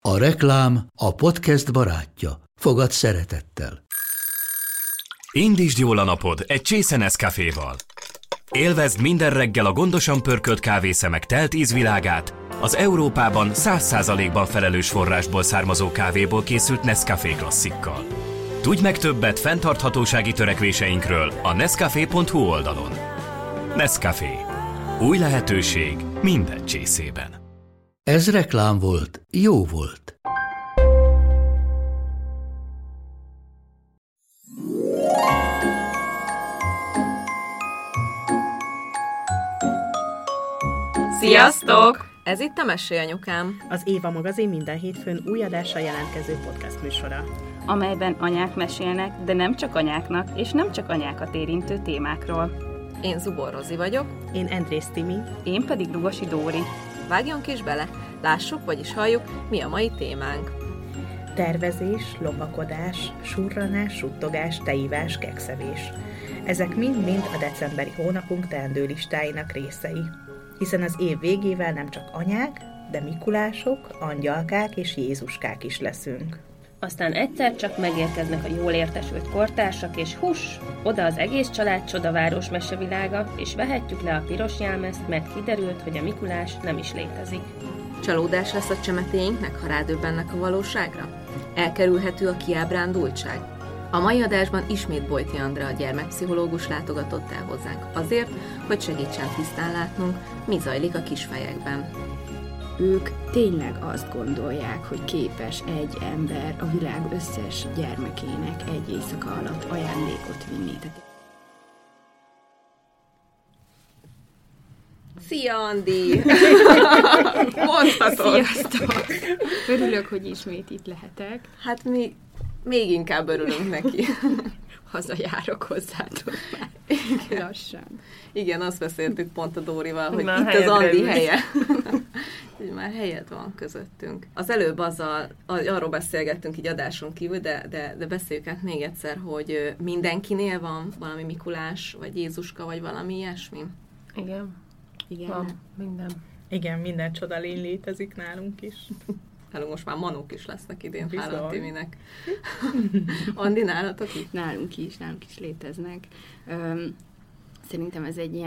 A reklám a podcast barátja. Fogad szeretettel. Indítsd jól a napod egy csésze Nescaféval. Élvezd minden reggel a gondosan pörkölt kávészemek telt ízvilágát, az Európában 100%-ban felelős forrásból származó kávéból készült Nescafé klasszikkal. Tudj meg többet fenntarthatósági törekvéseinkről a nescafé.hu oldalon. Nescafé. Új lehetőség minden csészében. Ez reklám volt, jó volt. Sziasztok! Ez itt a Mesélj Anyukám. Az Éva magazin minden hétfőn új adással jelentkező podcast műsora, amelyben anyák mesélnek, de nem csak anyáknak, és nem csak anyákat érintő témákról. Én Zubor Rozi vagyok. Én Endrész Timi. Én pedig Lugosi Dóri. Vágjunk is bele, lássuk, vagyis halljuk, mi a mai témánk. Tervezés, lopakodás, surranás, suttogás, teivás, kekszevés. Ezek mind-mind a decemberi hónapunk teendő listáinak részei. Hiszen az év végével nem csak anyák, de Mikulások, angyalkák és Jézuskák is leszünk. Aztán egyszer csak megérkeznek a jól értesült kortársak, és huss, oda az egész család csodaváros mesevilága, és vehetjük le a piros jelmezt, mert kiderült, hogy a Mikulás nem is létezik. Csalódás lesz a csemetéinknek, ha rádöbbennek a valóságra? Elkerülhető a kiábrándultság? A mai adásban ismét Bojti Andrea gyermekpszichológus látogatott el hozzánk azért, hogy segítsen tisztán látnunk, mi zajlik a kisfejekben. Ők tényleg azt gondolják, hogy képes egy ember a világ összes gyermekének egy éjszaka alatt ajándékot vinni. Szia, Andi! Mondhatod! Sziasztok! Örülök, hogy ismét itt lehetek. Hát mi még inkább örülünk neki. Hazajárok hozzátok már. Igen. Lassan. Igen, azt beszéltük pont a Dórival, hogy már itt az Andi ül. helye. Hogy már helyed van közöttünk. Az előbb arról beszélgettünk így adáson kívül, de beszéljük át még egyszer, hogy mindenkinél van valami Mikulás, vagy Jézuska, vagy valami ilyesmi? Igen, Igen. van minden. Igen, minden csoda lény létezik nálunk is. Nálunk most már manók is lesznek idén, Bizony. hála Timinek. Andi, nálatok itt? Nálunk is léteznek. Szerintem ez egy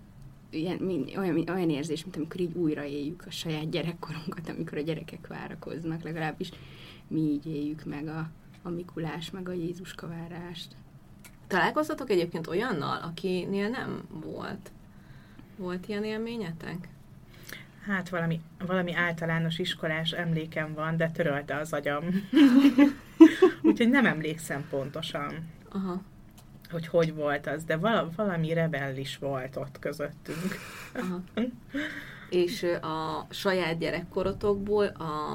olyan érzés, mint amikor így újraéljük a saját gyerekkorunkat, amikor a gyerekek várakoznak, legalábbis mi így éljük meg a Mikulás, meg a Jézuska várást. Találkoztatok egyébként olyannal, akinél nem volt? Volt ilyen élményetek? Hát valami általános iskolás emlékem van, de törölte az agyam. Úgyhogy nem emlékszem pontosan, Aha. hogy volt az, de valami rebellis volt ott közöttünk. Aha. És a saját gyerekkorotokból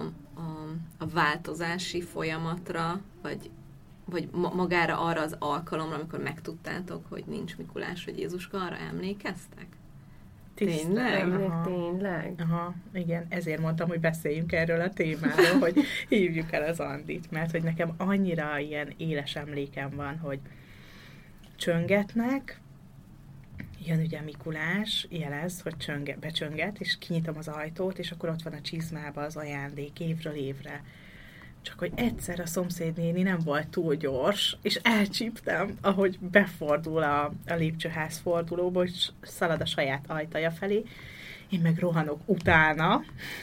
a változási folyamatra, vagy magára arra az alkalomra, amikor megtudtátok, hogy nincs Mikulás vagy Jézuska, arra emlékeztek? Tényleg? Tényleg? Aha, igen, ezért mondtam, hogy beszéljünk erről a témáról, hogy hívjuk el az Andit, mert hogy nekem annyira ilyen éles emlékem van, hogy csöngetnek, jön ugye Mikulás, jelez, hogy becsönget, és kinyitom az ajtót, és akkor ott van a csizmába az ajándék évről évre. Csak hogy egyszer a szomszédnéni nem volt túl gyors, és elcsíptem, ahogy befordul a lépcsőház fordulóba, és szalad a saját ajtaja felé. Én meg rohanok utána,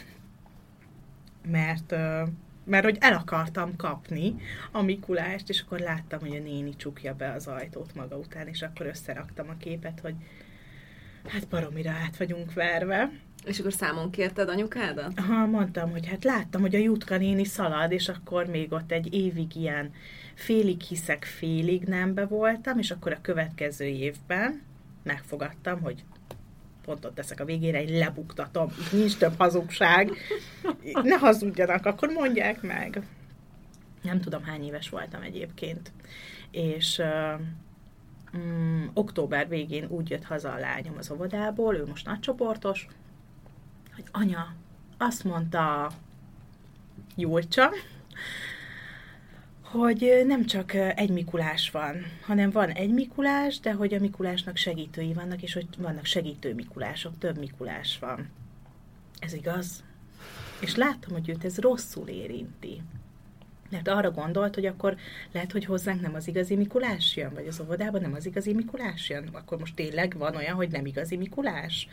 mert hogy el akartam kapni a Mikulást, és akkor láttam, hogy a néni csukja be az ajtót maga után, és akkor összeraktam a képet, hogy hát baromira át vagyunk verve. És akkor számon kérted anyukádat? Aha, mondtam, hogy hát láttam, hogy a Jutka néni szalad, és akkor még ott egy évig ilyen félig hiszek, félig nembe voltam, és akkor a következő évben megfogadtam, hogy pontot teszek a végére, egy lebuktatom, nincs több hazugság, ne hazudjanak, akkor mondják meg. Nem tudom, hány éves voltam egyébként. És október végén úgy jött haza a lányom az óvodából, ő most nagycsoportos, hogy anya, azt mondta Júlcsa, hogy nem csak egy Mikulás van, hanem van egy Mikulás, de hogy a Mikulásnak segítői vannak, és hogy vannak segítő Mikulások, több Mikulás van. Ez igaz? És láttam, hogy őt ez rosszul érinti. Mert arra gondolt, hogy akkor lehet, hogy hozzánk nem az igazi Mikulás jön, vagy az óvodában nem az igazi Mikulás jön. Akkor most tényleg van olyan, hogy nem igazi Mikulás.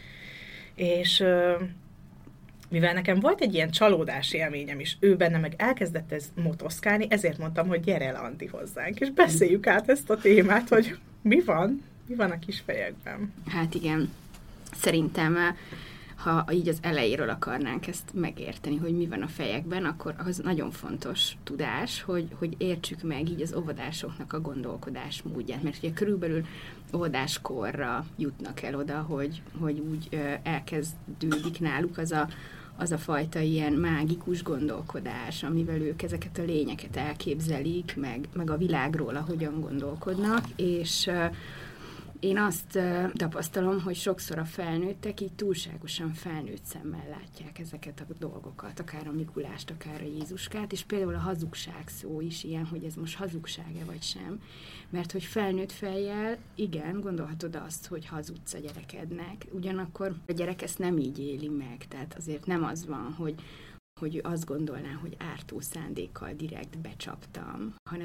És mivel nekem volt egy ilyen csalódási élményem is, ő benne meg elkezdett ez motoszkálni, ezért mondtam, hogy gyere el, Andi, hozzánk, és beszéljük át ezt a témát, hogy mi van a kisfejekben. Hát igen, szerintem ha így az elejéről akarnánk ezt megérteni, hogy mi van a fejekben, akkor az nagyon fontos tudás, hogy értsük meg így az óvodásoknak a gondolkodás módját, mert ugye körülbelül óvodáskorra jutnak el oda, hogy úgy elkezdődik náluk az a fajta ilyen mágikus gondolkodás, amivel ők ezeket a lényeket elképzelik, meg a világról, ahogyan gondolkodnak, és én azt tapasztalom, hogy sokszor a felnőttek így túlságosan felnőtt szemmel látják ezeket a dolgokat, akár a Mikulást, akár a Jézuskát, és például a hazugság szó is ilyen, hogy ez most hazugság-e vagy sem, mert hogy felnőtt fejjel, igen, gondolhatod azt, hogy hazudsz a gyerekednek, ugyanakkor a gyerek ezt nem így éli meg, tehát azért nem az van, hogy azt gondolná, hogy ártó szándékkal direkt becsaptam, hanem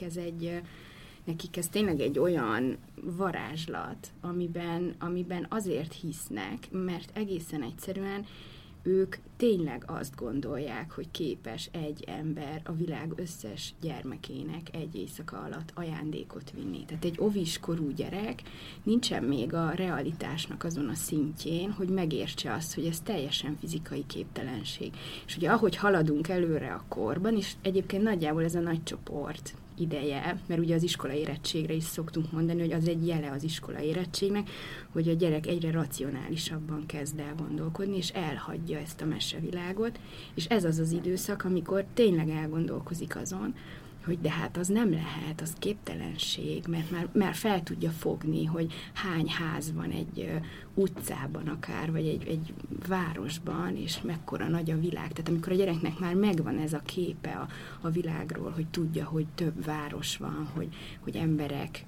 nekik ez tényleg egy olyan varázslat, amiben azért hisznek, mert egészen egyszerűen ők tényleg azt gondolják, hogy képes egy ember a világ összes gyermekének egy éjszaka alatt ajándékot vinni. Tehát egy oviskorú gyerek nincsen még a realitásnak azon a szintjén, hogy megértse azt, hogy ez teljesen fizikai képtelenség. És ugye ahogy haladunk előre a korban, és egyébként nagyjából ez a nagy csoport ideje, mert ugye az iskola érettségre is szoktunk mondani, hogy az egy jele az iskola érettségnek, hogy a gyerek egyre racionálisabban kezd el gondolkodni, és elhagyja ezt a mesevilágot, és ez az az időszak, amikor tényleg elgondolkozik azon, hogy de hát az nem lehet, az képtelenség, mert már fel tudja fogni, hogy hány ház van egy utcában akár, vagy egy városban, és mekkora nagy a világ. Tehát amikor a gyereknek már megvan ez a képe a világról, hogy tudja, hogy több város van, hogy emberek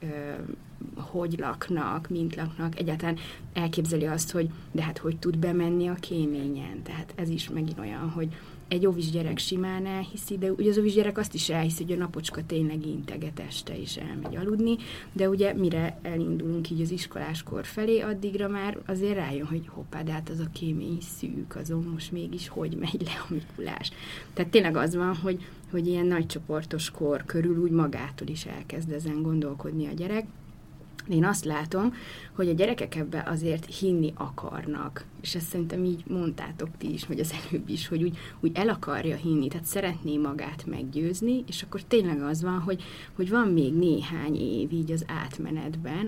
hogy laknak, mint laknak, egyáltalán elképzeli azt, hogy de hát hogy tud bemenni a kéményen. Tehát ez is megint olyan, hogy egy óvis gyerek simán elhiszi, de ugye az óvis gyerek azt is elhiszi, hogy a napocska tényleg integet este is elmegy aludni, de ugye mire elindulunk így az iskoláskor felé, addigra már azért rájön, hogy hoppá, de hát az a kémény szűk, azon most mégis hogy megy le a Mikulás. Tehát tényleg az van, hogy ilyen nagycsoportos kor körül úgy magától is elkezd ezen gondolkodni a gyerek. Én azt látom, hogy a gyerekek ebbe azért hinni akarnak, és ezt szerintem így mondtátok ti is, vagy az előbb is, hogy úgy el akarja hinni, tehát szeretné magát meggyőzni, és akkor tényleg az van, hogy van még néhány év így az átmenetben,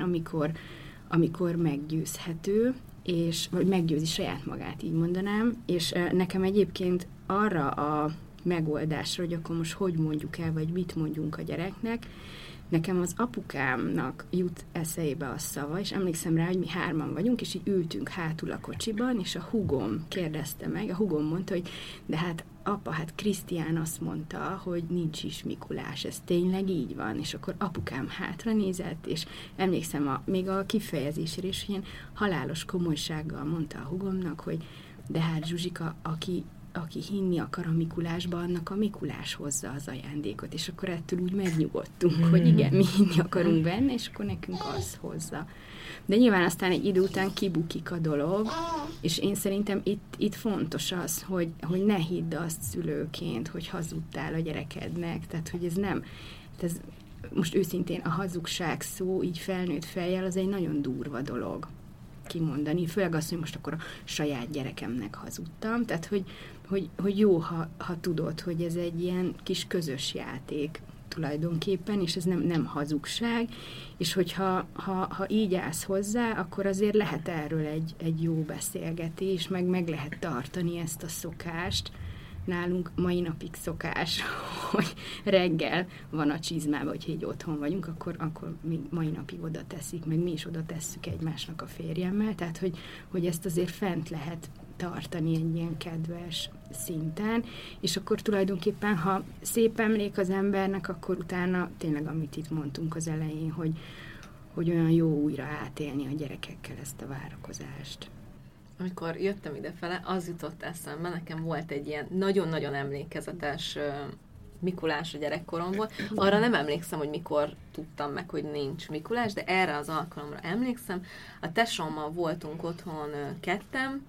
amikor meggyőzhető, vagy meggyőzi saját magát, így mondanám, és nekem egyébként arra a megoldásra, hogy akkor most hogy mondjuk el, vagy mit mondjunk a gyereknek, nekem az apukámnak jut eszébe a szava, és emlékszem rá, hogy mi 3 vagyunk, és így ültünk hátul a kocsiban, és a húgom kérdezte meg, a húgom mondta, hogy de hát apa, hát Krisztián azt mondta, hogy nincs is Mikulás, ez tényleg így van, és akkor apukám hátra nézett, és emlékszem még a kifejezésére is, hogy ilyen halálos komolysággal mondta a húgomnak, hogy de hát Zsuzsika, aki hinni akar a Mikulásba, annak a Mikulás hozza az ajándékot, és akkor ettől úgy megnyugodtunk, hogy igen, mi hinni akarunk benne, és akkor nekünk az hozza. De nyilván aztán egy idő után kibukik a dolog, és én szerintem itt fontos az, hogy ne hidd azt szülőként, hogy hazudtál a gyerekednek, tehát hogy ez nem, ez most őszintén a hazugság szó így felnőtt fejjel, az egy nagyon durva dolog kimondani, főleg azt, hogy most akkor a saját gyerekemnek hazudtam, tehát hogy jó, ha tudod, hogy ez egy ilyen kis közös játék tulajdonképpen, és ez nem hazugság, és hogyha így állsz hozzá, akkor azért lehet erről egy jó beszélgetés, meg lehet tartani ezt a szokást. Nálunk mai napig szokás, hogy reggel van a csizmába, hogyha így otthon vagyunk, akkor még mai napig oda teszik, meg mi is oda tesszük egymásnak a férjemmel, tehát hogy ezt azért fent lehet tartani egy ilyen kedves szinten, és akkor tulajdonképpen, ha szép emlék az embernek, akkor utána tényleg, amit itt mondtunk az elején, hogy olyan jó újra átélni a gyerekekkel ezt a várakozást. amikor jöttem idefele, az jutott eszembe, nekem volt egy ilyen nagyon-nagyon emlékezetes Mikulás a gyerekkoromból. Arra nem emlékszem, hogy mikor tudtam meg, hogy nincs Mikulás, de erre az alkalomra emlékszem. A tesómmal voltunk otthon ketten,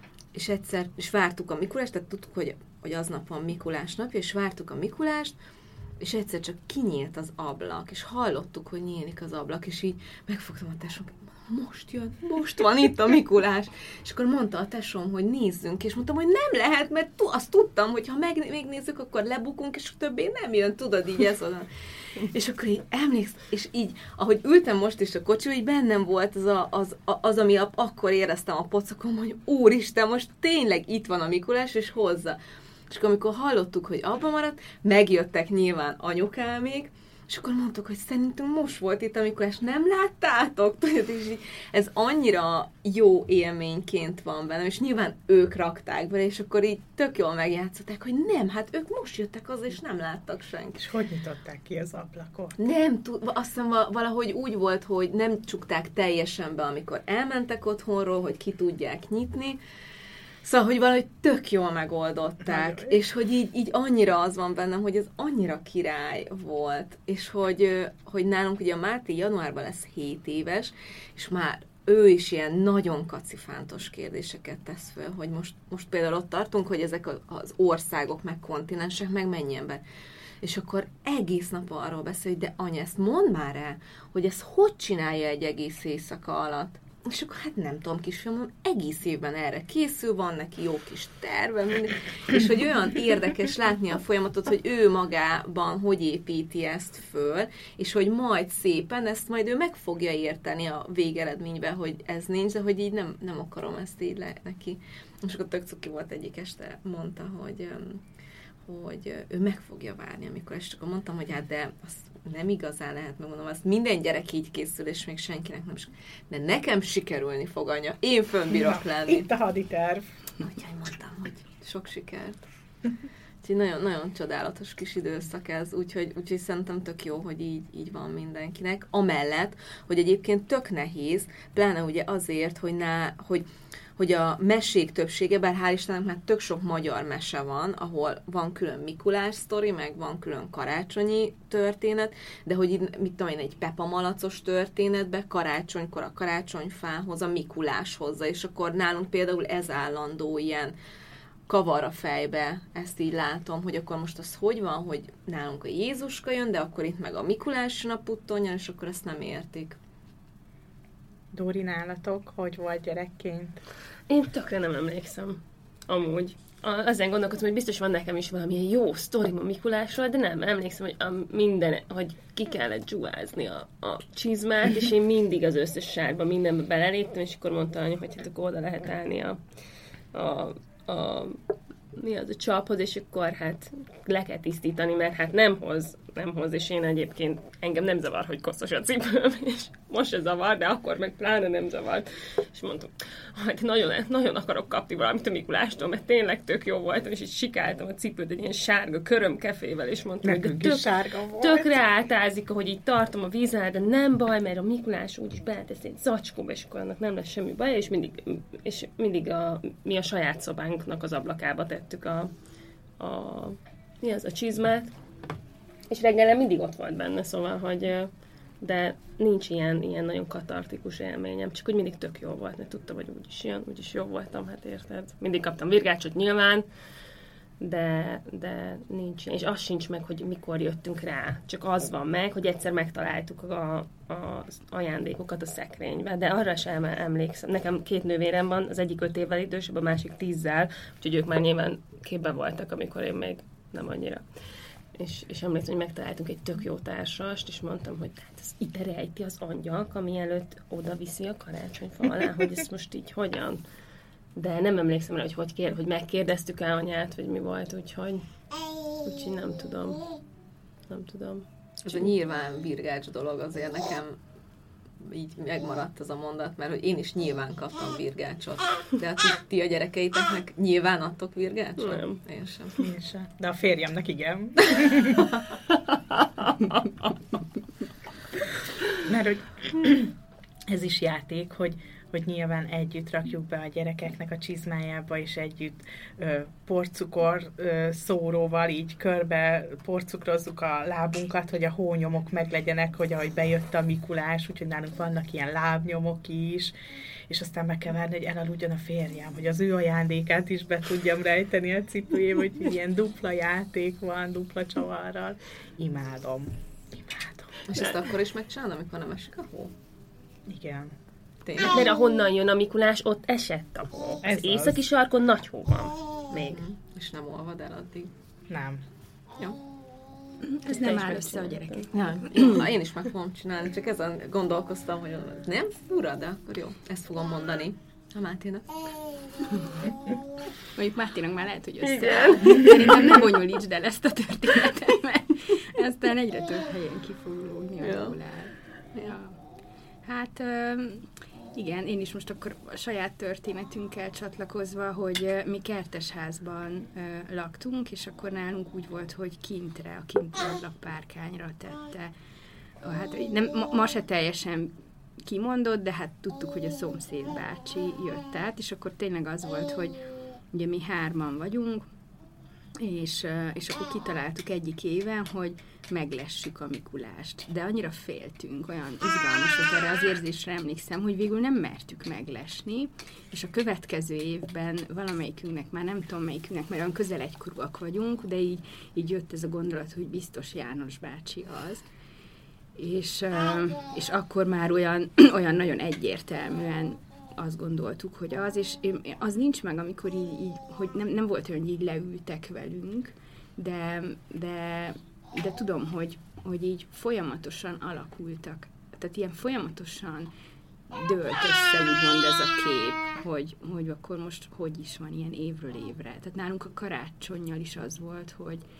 és egyszer, és vártuk a Mikulást, tehát tudtuk, hogy aznap van Mikulás napja, és vártuk a Mikulást, és egyszer csak kinyílt az ablak, és hallottuk, hogy nyílik az ablak, és így megfogtam a tesóm, most jön, most van itt a Mikulás. És akkor mondta a tesóm, hogy nézzünk, és mondtam, hogy nem lehet, mert azt tudtam, hogy ha megnézzük, akkor lebukunk, és többé nem jön, tudod, így ez oda. És akkor így emlékszem, és így, ahogy ültem most is a kocsiba, így bennem volt az ami akkor éreztem a pocakom, hogy úristen, most tényleg itt van a Mikulás, és hozza. És akkor amikor hallottuk, hogy abba maradt, megjöttek nyilván anyukámék, és akkor mondtuk, hogy szerintünk most volt itt a Mikulás, nem láttátok? Tudod, és így, ez annyira jó élményként van velem, és nyilván ők rakták bele, és akkor így tök jól megjátszották, hogy nem, hát ők most jöttek haza, és nem láttak senki. És hogy nyitották ki az ablakot? Nem, azt hiszem valahogy úgy volt, hogy nem csukták teljesen be, amikor elmentek otthonról, hogy ki tudják nyitni. Szóval, hogy valahogy tök jól megoldották, és hogy így annyira az van bennem, hogy ez annyira király volt, és hogy nálunk ugye a Máté januárban lesz 7 éves, és már ő is ilyen nagyon kacifántos kérdéseket tesz föl, hogy most például ott tartunk, hogy ezek az országok, meg kontinensek, meg mennyi ember. És akkor egész nap arról beszél, hogy de anya, ezt mondd már el, hogy ezt hogy csinálja egy egész éjszaka alatt. És akkor hát nem tudom, kisfiamom, egész évben erre készül, van neki jó kis terve, és hogy olyan érdekes látni a folyamatot, hogy ő magában hogy építi ezt föl, és hogy majd szépen ezt majd ő meg fogja érteni a végeredményben, hogy ez nincs, de hogy így nem akarom ezt így neki. És akkor tök cuki volt egyik este, mondta, hogy ő meg fogja várni, amikor és akkor mondtam, hogy hát de azt nem igazán lehet megmondom, azt minden gyerek így készül, és még senkinek nem sikerül. De nekem sikerülni fog, anya. Én fönnbírok lenni. Itt a haditerv. Úgyhogy mondtam, hogy sok sikert. Úgyhogy nagyon, nagyon csodálatos kis időszak ez, úgyhogy szerintem tök jó, hogy így van mindenkinek. Amellett, hogy egyébként tök nehéz, pláne ugye azért, hogy a mesék többsége, bár hál' Istennek már tök sok magyar mese van, ahol van külön Mikulás sztori, meg van külön karácsonyi történet, de hogy itt, mit tudom én, egy Pepa malacos történetbe karácsonykor a karácsonyfához a Mikulás hozza, és akkor nálunk például ez állandó ilyen kavar a fejbe, ezt így látom, hogy akkor most az hogy van, hogy nálunk a Jézuska jön, de akkor itt meg a Mikulás naputtonja, és akkor ezt nem értik. Dóri, nálatok hogy volt gyerekként? Én tökre nem emlékszem. Amúgy. Azon gondolkozom, hogy biztos van nekem is valamilyen jó sztorim a Mikulásról, de nem emlékszem, hogy hogy ki kellett dzsuázni a csizmát, és én mindig az összes sárba mindenbe beleléptem, és akkor mondta anya, hogy hát akkor oda lehet állni a csaphoz, és akkor hát le kell tisztítani, mert hát nem hoz, és én egyébként engem nem zavar, hogy koszos a cipőm, és most se zavar, de akkor meg pláne nem zavart. És mondtam, hogy nagyon akarok kapni valamit a Mikulástól, mert tényleg tök jó volt, és így sikáltam a cipőt egy ilyen sárga körömkefével, és mondtam, hogy tökre átázik, ahogy így tartom a vízzel, de nem baj, mert a Mikulás úgyis beletesz egy zacskóba, és akkor annak nem lesz semmi baj, és mindig mi a saját szobánknak az ablakába tettük a csizmát, és reggelem mindig ott volt benne, szóval, hogy de nincs ilyen nagyon katartikus élményem, csak úgy mindig tök jó volt, mert tudtam, hogy úgyis jó voltam, hát érted? Mindig kaptam virgácsot nyilván, de nincs, és az sincs meg, hogy mikor jöttünk rá, csak az van meg, hogy egyszer megtaláltuk az ajándékokat a szekrénybe, de arra sem emlékszem. Nekem 2 nővérem van, az egyik 5 évvel idősebb, a másik 10-zel, úgyhogy ők már nyilván képben voltak, amikor én még nem annyira. És emlékszem, hogy megtaláltunk egy tök jó társast, és mondtam, hogy hát ez ide rejti az angyak, ami előtt oda viszi a karácsonyfa alá, hogy ez most így hogyan. De nem emlékszem rá, hogy megkérdeztük el anyát, vagy mi volt, úgyhogy nem tudom. Ez a nyilván virgács dolog azért nekem így megmaradt ez a mondat, mert hogy én is nyilván kaptam virgácsot. De ti a gyerekeiteknek nyilván adtok virgácsot? Nem. Én sem. De a férjemnek igen. Mert hogy ez is játék, hogy hogy nyilván együtt rakjuk be a gyerekeknek a csizmájába, és együtt porcukor szóróval így körbe porcukrozzuk a lábunkat, hogy a hónyomok meglegyenek, hogy ahogy bejött a Mikulás, úgyhogy nálunk vannak ilyen lábnyomok is, és aztán meg kell várni, hogy elaludjon a férjem, hogy az ő ajándékát is be tudjam rejteni a cipőjébe, hogy ilyen dupla játék van, dupla csavarral. Imádom. És ezt akkor is megcsinálod, amikor nem esik a hó? Igen. Tényleg? Mert ahonnan jön a Mikulás, ott esett a hó. Az északi sarkon nagy hó van. Még. És nem olvad el addig. Nem. Jó. Ez nem áll össze a gyerekek. Nem. Én is meg fogom csinálni, csak ezen gondolkoztam, hogy nem fura, de akkor jó. Ezt fogom mondani a Máténak. Mondjuk Máténak már lehet, hogy összeáll. Szerintem nem bonyolítsd el ezt a történetet, mert aztán egyre több helyen ki fog lógni a jólál. Ja. Hát igen, én is most akkor a saját történetünkkel csatlakozva, hogy mi kertesházban laktunk, és akkor nálunk úgy volt, hogy a kinti ablakpárkányra tette. Hát nem, ma se teljesen kimondott, de hát tudtuk, hogy a szomszéd bácsi jött át, és akkor tényleg az volt, hogy ugye mi 3 vagyunk, és akkor kitaláltuk egyik éven, hogy meglessük a Mikulást. De annyira féltünk, olyan izgalmas volt, erre az érzésre emlékszem, hogy végül nem mertük meglesni, és a következő évben valamelyikünknek, már nem tudom melyikünknek, mert olyan közel egykorúak vagyunk, de így jött ez a gondolat, hogy biztos János bácsi az. És akkor már olyan nagyon egyértelműen azt gondoltuk, hogy az, és az nincs meg, amikor így hogy nem volt olyan, hogy így leültek velünk, de tudom, hogy így folyamatosan alakultak. Tehát ilyen folyamatosan dőlt össze, úgymond ez a kép, hogy akkor most hogy is van ilyen évről évre. Tehát nálunk a karácsonnyal is az volt,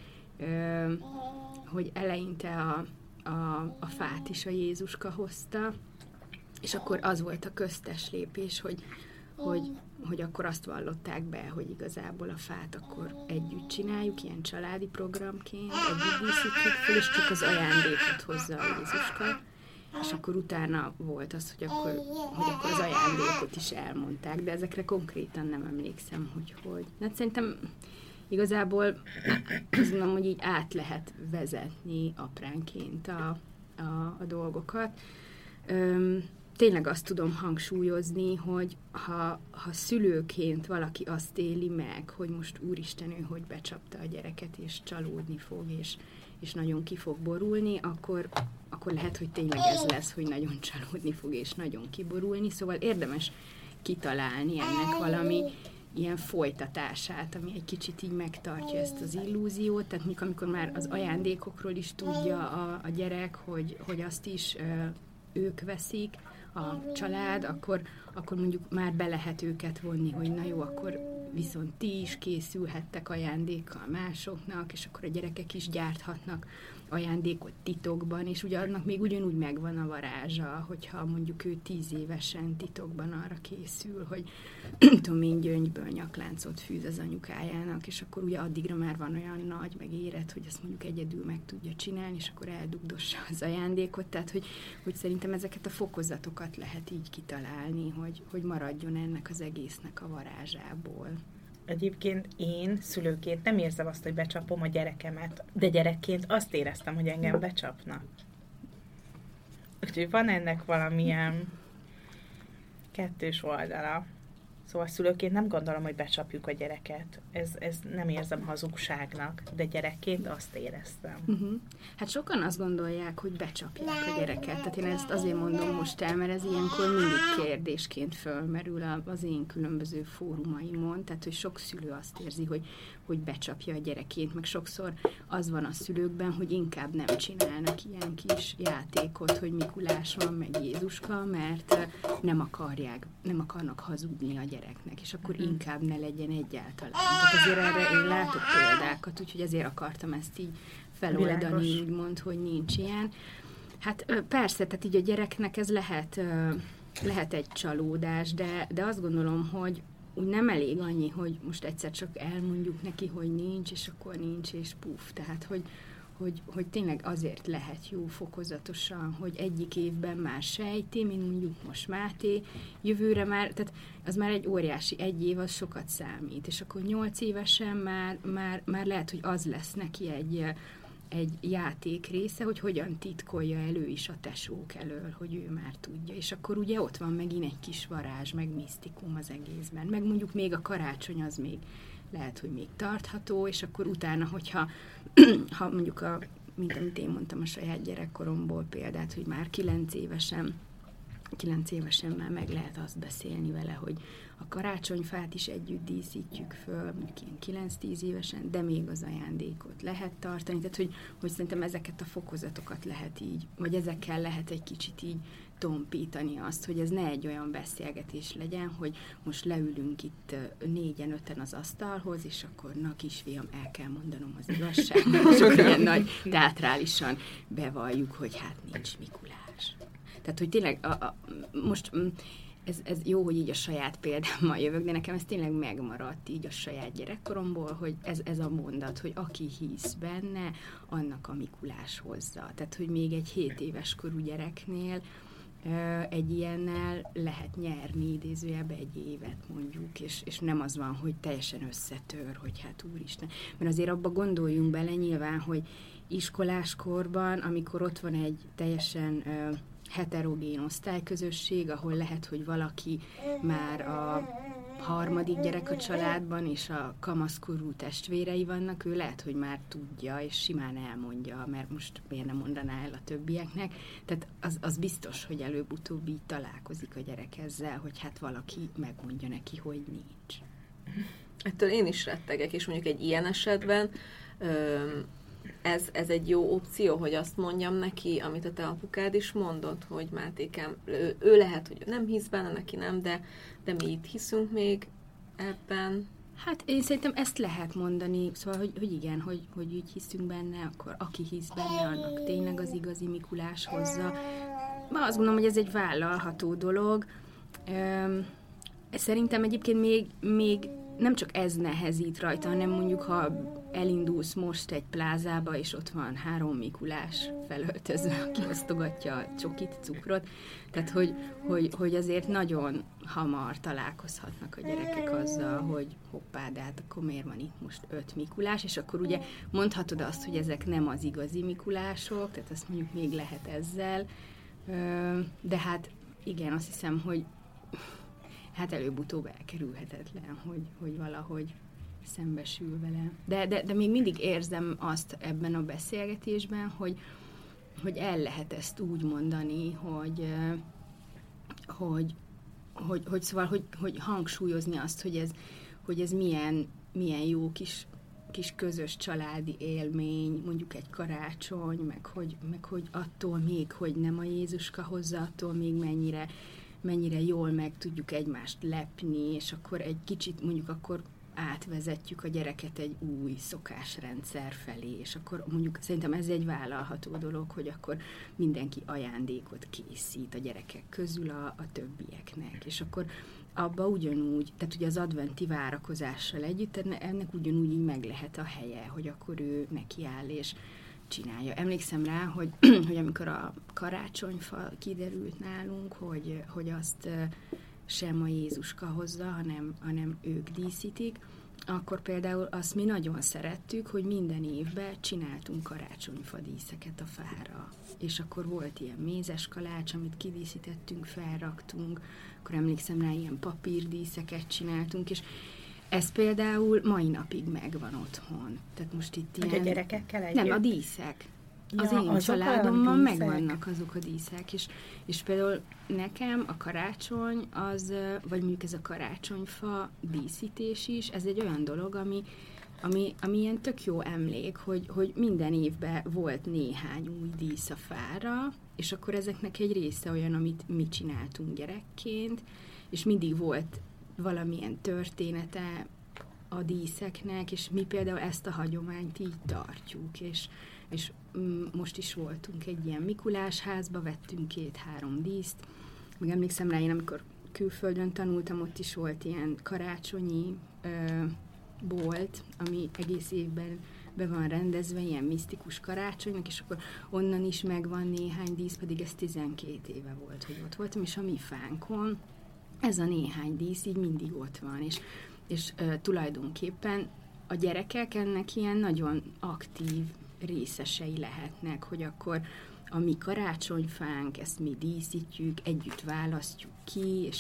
hogy eleinte a fát is a Jézuska hozta, és akkor az volt a köztes lépés, hogy akkor azt vallották be, hogy igazából a fát akkor együtt csináljuk, ilyen családi programként, együtt díszítjük fel, és csak az ajándékot hozza a Jézuska. És akkor utána volt az, hogy akkor az ajándékot is elmondták, de ezekre konkrétan nem emlékszem, hogy. Hát szerintem igazából azt mondom, hogy így át lehet vezetni apránként a dolgokat. Tényleg azt tudom hangsúlyozni, hogy ha szülőként valaki azt éli meg, hogy most úristen, ő hogy becsapta a gyereket, és csalódni fog, és nagyon ki fog borulni, akkor lehet, hogy tényleg ez lesz, hogy nagyon csalódni fog, és nagyon kiborulni. Szóval érdemes kitalálni ennek valami ilyen folytatását, ami egy kicsit így megtartja ezt az illúziót. Tehát amikor már az ajándékokról is tudja a gyerek, hogy azt is ők veszik, a család, akkor mondjuk már be lehet őket vonni, hogy na jó, akkor viszont ti is készülhettek ajándékkal másoknak, és akkor a gyerekek is gyárthatnak ajándékot titokban, és ugye annak még ugyanúgy megvan a varázsa, hogyha mondjuk ő 10 évesen titokban arra készül, hogy tudom én, gyöngyből nyakláncot fűz az anyukájának, és akkor ugye addigra már van olyan nagy, meg érett, hogy azt mondjuk egyedül meg tudja csinálni, és akkor eldugdossa az ajándékot, tehát hogy szerintem ezeket a fokozatokat lehet így kitalálni, hogy maradjon ennek az egésznek a varázsából. Egyébként én szülőként nem érzem azt, hogy becsapom a gyerekemet, de gyerekként azt éreztem, hogy engem becsapnak. Úgyhogy van ennek valamilyen kettős oldala. Szóval szülőként nem gondolom, hogy becsapjuk a gyereket. Ez nem érzem hazugságnak, de gyerekként azt éreztem. Hát sokan azt gondolják, hogy becsapják a gyereket. Tehát én ezt azért mondom most el, mert ez ilyenkor mindig kérdésként fölmerül az én különböző fórumaimon. Tehát, hogy sok szülő azt érzi, hogy becsapja a gyerekét, meg sokszor az van a szülőkben, hogy inkább nem csinálnak ilyen kis játékot, hogy Mikulás van, meg Jézuska, mert nem akarnak hazudni a gyereknek, és akkor inkább ne legyen egyáltalán. Tehát azért erre én látok példákat, úgyhogy ezért akartam ezt így feloldani, úgymond, hogy nincs ilyen. Hát persze, tehát így a gyereknek ez lehet egy csalódás, de azt gondolom, hogy úgy nem elég annyi, hogy most egyszer csak elmondjuk neki, hogy nincs, és akkor nincs, és puf. Tehát, hogy tényleg azért lehet jó fokozatosan, hogy egyik évben már sejti, mint mondjuk most Máté, jövőre már, tehát az már egy óriási, egy év az sokat számít, és akkor 8 évesen már lehet, hogy az lesz neki egy játék része, hogy hogyan titkolja elő is a tesók elől, hogy ő már tudja. És akkor ugye ott van megint egy kis varázs, meg misztikum az egészben. Meg mondjuk még a karácsony az még lehet, hogy még tartható, és akkor utána, hogyha ha mondjuk mint amit én mondtam a saját gyerekkoromból példát, hogy már 9 évesen már meg lehet azt beszélni vele, hogy a karácsonyfát is együtt díszítjük föl, mondjuk 9-10 évesen, de még az ajándékot lehet tartani. Tehát, hogy szerintem ezeket a fokozatokat lehet így, vagy ezekkel lehet egy kicsit így tompítani azt, hogy ez ne egy olyan beszélgetés legyen, hogy most leülünk itt 4-5 az asztalhoz, és akkor na kisfiam, el kell mondanom az igazságot, és olyan nagy teátrálisan bevalljuk, hogy hát nincs Mikulás. Tehát, hogy tényleg most ez jó, hogy így a saját példámmal jövök, de nekem ez tényleg megmaradt így a saját gyerekkoromból, hogy ez a mondat, hogy aki hisz benne, annak a Mikulás hozza. Tehát, hogy még egy 7 éves korú gyereknél egy ilyennel lehet nyerni idézőjelbe egy évet mondjuk, és nem az van, hogy teljesen összetör, hogy hát úristen. Mert azért abba gondoljunk bele nyilván, hogy iskoláskorban, amikor ott van egy teljesen heterogén osztályközösség, ahol lehet, hogy valaki már a 3. gyerek a családban, és a kamaszkorú testvérei vannak, ő lehet, hogy már tudja, és simán elmondja, mert most miért nem mondaná el a többieknek. Tehát az biztos, hogy előbb-utóbb így találkozik a gyerek ezzel, hogy hát valaki megmondja neki, hogy nincs. Ettől én is rettegek, és mondjuk egy ilyen esetben ez egy jó opció, hogy azt mondjam neki, amit a te apukád is mondott, hogy Mátékám, ő lehet, hogy nem hisz benne, neki nem, de mi itt hiszünk még ebben. Hát én szerintem ezt lehet mondani, szóval, hogy igen, hogy így hiszünk benne, akkor aki hisz benne, annak tényleg az igazi Mikulás hozza. Ma azt gondolom, hogy ez egy vállalható dolog. Szerintem egyébként még nem csak ez nehezít rajta, hanem mondjuk, ha elindulsz most egy plázába, és ott van 3 Mikulás felöltözve, aki osztogatja a csokit, cukrot. Tehát, hogy azért nagyon hamar találkozhatnak a gyerekek azzal, hogy hoppá, de hát akkor miért van itt most 5 Mikulás, és akkor ugye mondhatod azt, hogy ezek nem az igazi Mikulások, tehát azt mondjuk még lehet ezzel, de hát igen, azt hiszem, hogy hát előbb-utóbb elkerülhetetlen, hogy valahogy szembesül vele. De még mindig érzem azt ebben a beszélgetésben, hogy el lehet ezt úgy mondani, hogy hangsúlyozni azt, hogy ez milyen jó kis közös családi élmény, mondjuk egy karácsony, meg hogy attól még, hogy nem a Jézuska hozza, attól még mennyire jól meg tudjuk egymást lepni, és akkor egy kicsit mondjuk akkor átvezetjük a gyereket egy új szokásrendszer felé, és akkor mondjuk szerintem ez egy vállalható dolog, hogy akkor mindenki ajándékot készít a gyerekek közül a többieknek, és akkor abba ugyanúgy, tehát ugye az adventi várakozással együtt, ennek ugyanúgy így meg lehet a helye, hogy akkor ő nekiáll és csinálja. Emlékszem rá, hogy amikor a karácsonyfa kiderült nálunk, hogy azt sem a Jézuska hozza, hanem ők díszítik, akkor például azt mi nagyon szerettük, hogy minden évben csináltunk karácsonyfa díszeket a fára. És akkor volt ilyen mézes kalács, amit kidíszítettünk, felraktunk, akkor emlékszem rá, ilyen papírdíszeket csináltunk, és ez például mai napig megvan otthon. Tehát most itt ilyen... Hogy a gyerekekkel együtt? Nem, a díszek. Az én családommal megvannak azok a díszek, és például nekem a karácsony az, vagy mondjuk ez a karácsonyfa díszítés is, ez egy olyan dolog, ami ilyen tök jó emlék, hogy minden évben volt néhány új dísz a fára, és akkor ezeknek egy része olyan, amit mi csináltunk gyerekként, és mindig volt valamilyen története a díszeknek, és mi például ezt a hagyományt így tartjuk, és most is voltunk egy ilyen Mikulás házba, vettünk 2-3 díszt, meg emlékszem rá, én amikor külföldön tanultam, ott is volt ilyen karácsonyi bolt, ami egész évben be van rendezve ilyen misztikus karácsonynak, és akkor onnan is megvan néhány dísz, pedig ez 12 éve volt, hogy ott voltam, és a mi fánkon ez a néhány dísz így mindig ott van, és tulajdonképpen a gyerekek ennek ilyen nagyon aktív részesei lehetnek, hogy akkor a mi karácsonyfánk, ezt mi díszítjük, együtt választjuk ki,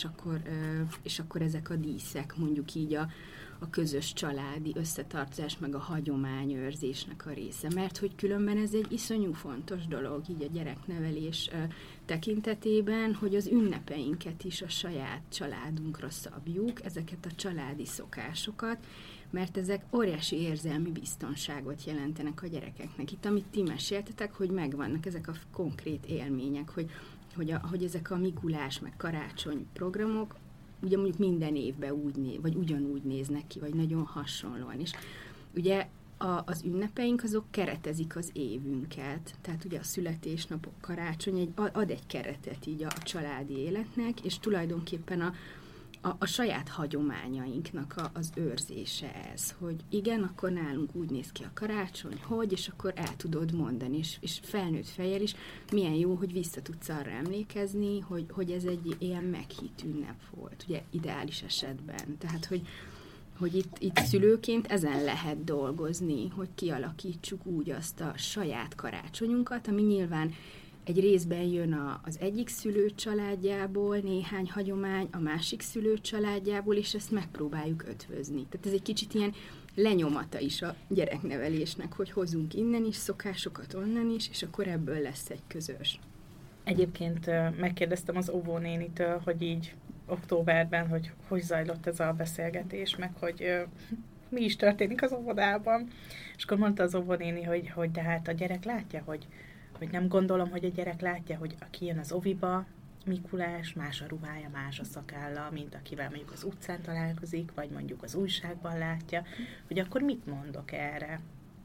és akkor ezek a díszek mondjuk így a közös családi összetartozás, meg a hagyományőrzésnek a része. Mert hogy különben ez egy iszonyú fontos dolog így a gyereknevelés tekintetében, hogy az ünnepeinket is a saját családunkra szabjuk, ezeket a családi szokásokat, mert ezek óriási érzelmi biztonságot jelentenek a gyerekeknek. Itt, amit ti meséltetek, hogy megvannak ezek a konkrét élmények, hogy ezek a Mikulás meg karácsony programok ugye mondjuk minden évben vagy ugyanúgy néznek ki, vagy nagyon hasonlóan is. Ugye az ünnepeink azok keretezik az évünket, tehát ugye a születésnapok, karácsony ad egy keretet így a családi életnek, és tulajdonképpen a saját hagyományainknak az őrzése ez, hogy igen, akkor nálunk úgy néz ki a karácsony, hogy, és akkor el tudod mondani, és felnőtt fejjel is milyen jó, hogy vissza tudsz arra emlékezni, hogy ez egy ilyen meghitt ünnep volt, ugye ideális esetben. Tehát, hogy itt szülőként ezen lehet dolgozni, hogy kialakítsuk úgy azt a saját karácsonyunkat, ami nyilván egy részben jön az egyik szülő családjából néhány hagyomány, a másik szülő családjából, és ezt megpróbáljuk ötvözni. Tehát ez egy kicsit ilyen lenyomata is a gyereknevelésnek, hogy hozunk innen is szokásokat, onnan is, és akkor ebből lesz egy közös. Egyébként megkérdeztem az óvónénitől, hogy így októberben, hogy zajlott ez a beszélgetés, meg hogy mi is történik az óvodában. És akkor mondta az óvónéni, hogy de hát a gyerek látja, hogy nem gondolom, hogy a gyerek látja, hogy aki jön az oviba, Mikulás, más a ruhája, más a szakálla, mint akivel mondjuk az utcán találkozik, vagy mondjuk az újságban látja, hogy akkor mit mondok erre?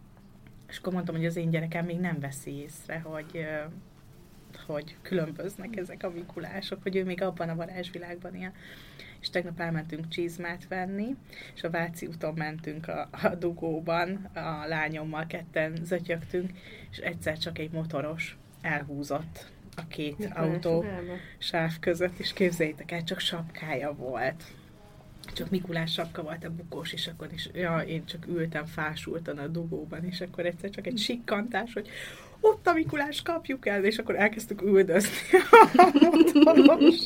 És akkor mondtam, hogy az én gyerekem még nem veszi észre, hogy különböznek ezek a Mikulások, hogy ő még abban a varázsvilágban él. És tegnap elmentünk csizmát venni, és a Váci úton mentünk a dugóban, a lányommal ketten zötyögtünk, és egyszer csak egy motoros elhúzott a két autó sáv között, és képzeljétek el, csak sapkája volt. Csak Mikulás sapka volt a bukós, és akkor is, én csak ültem fásultan a dugóban, és akkor egyszer csak egy sikkantás, hogy ott a Mikulás, kapjuk el, és akkor elkezdtük üldözni a motoros.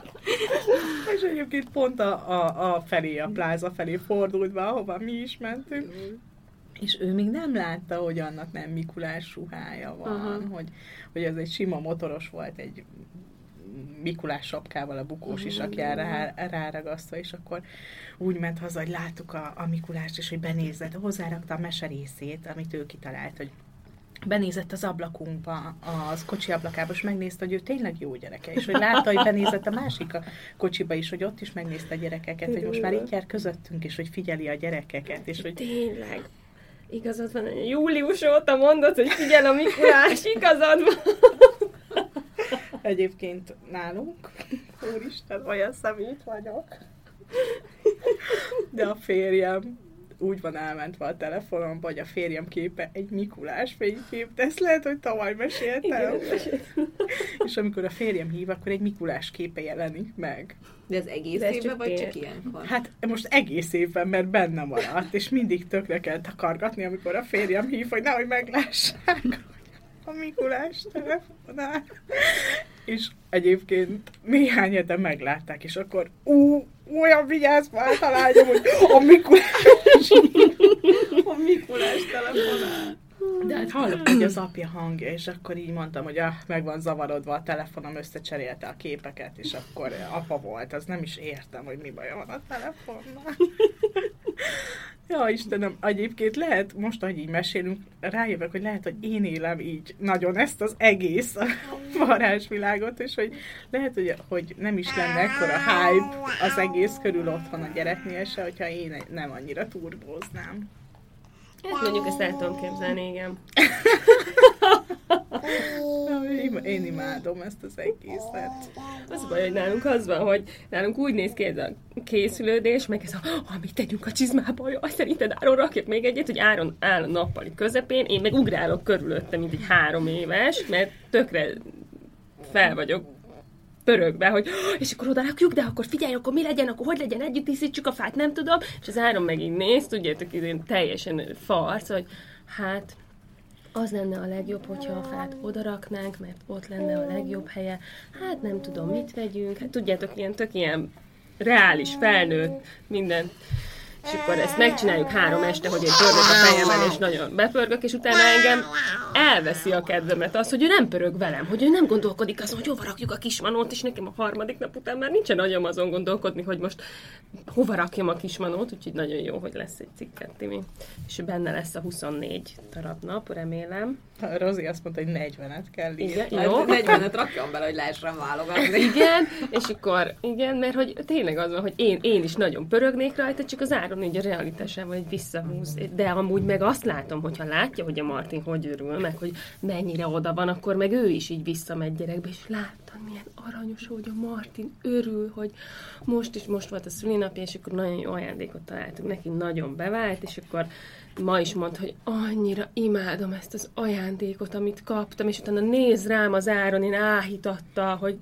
És egyébként pont a pláza felé fordult be, ahova mi is mentünk. És ő még nem látta, hogy annak nem Mikulás ruhája van, hogy ez egy sima motoros volt, egy Mikulás sapkával a bukós is, aki ráragasztva, és akkor úgy ment haza, hogy láttuk a Mikulást, és hogy benézett, hozzárakta a meserészét, amit ő kitalált, hogy benézett az ablakunkba, az kocsi ablakába, és megnézte, hogy ő tényleg jó gyereke, és hogy látta, hogy benézett a másik a kocsiba is, hogy ott is megnézte a gyerekeket, hogy most már itt jár közöttünk, és hogy figyeli a gyerekeket, és hogy... Tényleg. Igazad van, július óta mondod, hogy figyel a Mikulás, igazad van. Egyébként nálunk, úristen, olyan szemét vagyok. De a férjem úgy van elmentve a telefonomba, hogy a férjem képe egy Mikulás fénykép, de ezt lehet, hogy tavaly meséltem. És amikor a férjem hív, akkor egy Mikulás képe jelenik meg. De ez egész évben, vagy csak ilyenkor? Hát most egész évben, mert benne maradt, és mindig tökre kell takargatni, amikor a férjem hív, hogy nehogy meglássák a Mikulás telefonál. És egyébként néhány hete meglátták, és akkor olyan vigyázva állt a lányom, hogy a Mikulás telefonál. De hát hallott így az apja hangja, és akkor így mondtam, hogy meg van zavarodva a telefonom, összecserélte a képeket, és akkor apa volt, az nem is értem, hogy mi baja van a telefonnal. Ja, Istenem, egyébként lehet, most, ahogy így mesélünk, rájövök, hogy lehet, hogy én élem így nagyon ezt az egész varázsvilágot, és hogy lehet, hogy nem is lenne ekkora hype az egész körül otthon a gyereknél se, hogyha én nem annyira turbóznám. Hát mondjuk ezt el tudom képzelni, igen. Én imádom ezt az egészet. Az baj, hogy nálunk az van, hogy nálunk úgy néz ki ez a készülődés, meg ez mit tegyünk a csizmába, jaj, szerinted Áron rakjak még egyet, hogy Áron áll a nappali közepén, én meg ugrálok körülötte, mint egy 3 éves, mert tökre fel vagyok pörögbe, hogy és akkor oda rakjuk, de akkor figyelj, akkor mi legyen, akkor hogy legyen, együtt díszítsük a fát, nem tudom, és az Áron meg így néz, tudjátok, így teljesen farc, hogy hát az lenne a legjobb, hogyha a fát odaraknánk, mert ott lenne a legjobb helye. Hát nem tudom, mit vegyünk. Hát tudjátok, ilyen reális, felnőtt, minden. És akkor ezt megcsináljuk 3 este, hogy én pörgök a fejemmel, és nagyon bepörgök, és utána engem elveszi a kedvemet az, hogy ő nem pörög velem, hogy ő nem gondolkodik azon, hogy hova rakjuk a kismanót, és nekem a 3. nap után már nincsen agyam azon gondolkodni, hogy most hova rakjam a kismanót, úgyhogy nagyon jó, hogy lesz egy cikket, Timi. És benne lesz a 24 darab nap, remélem. Rozi azt mondta, hogy 40-et kell írni. Igen, jó. 40-et rakjam bele, hogy lehessen válogatni. Igen, és akkor, igen, mert hogy tényleg az van, hogy én is nagyon pörögnék rajta, csak az Áron így a realitásában egy visszahúz. De amúgy meg azt látom, hogyha látja, hogy a Martin hogy örül, meg hogy mennyire oda van, akkor meg ő is így visszamegy gyerekbe, és láttam, milyen aranyos, hogy a Martin örül, hogy most volt a szülinapja, és akkor nagyon jó ajándékot találtunk neki, nagyon bevált, és akkor ma is mondta, hogy annyira imádom ezt az ajándékot, amit kaptam, és utána néz rám az Áron, én áhítatta, hogy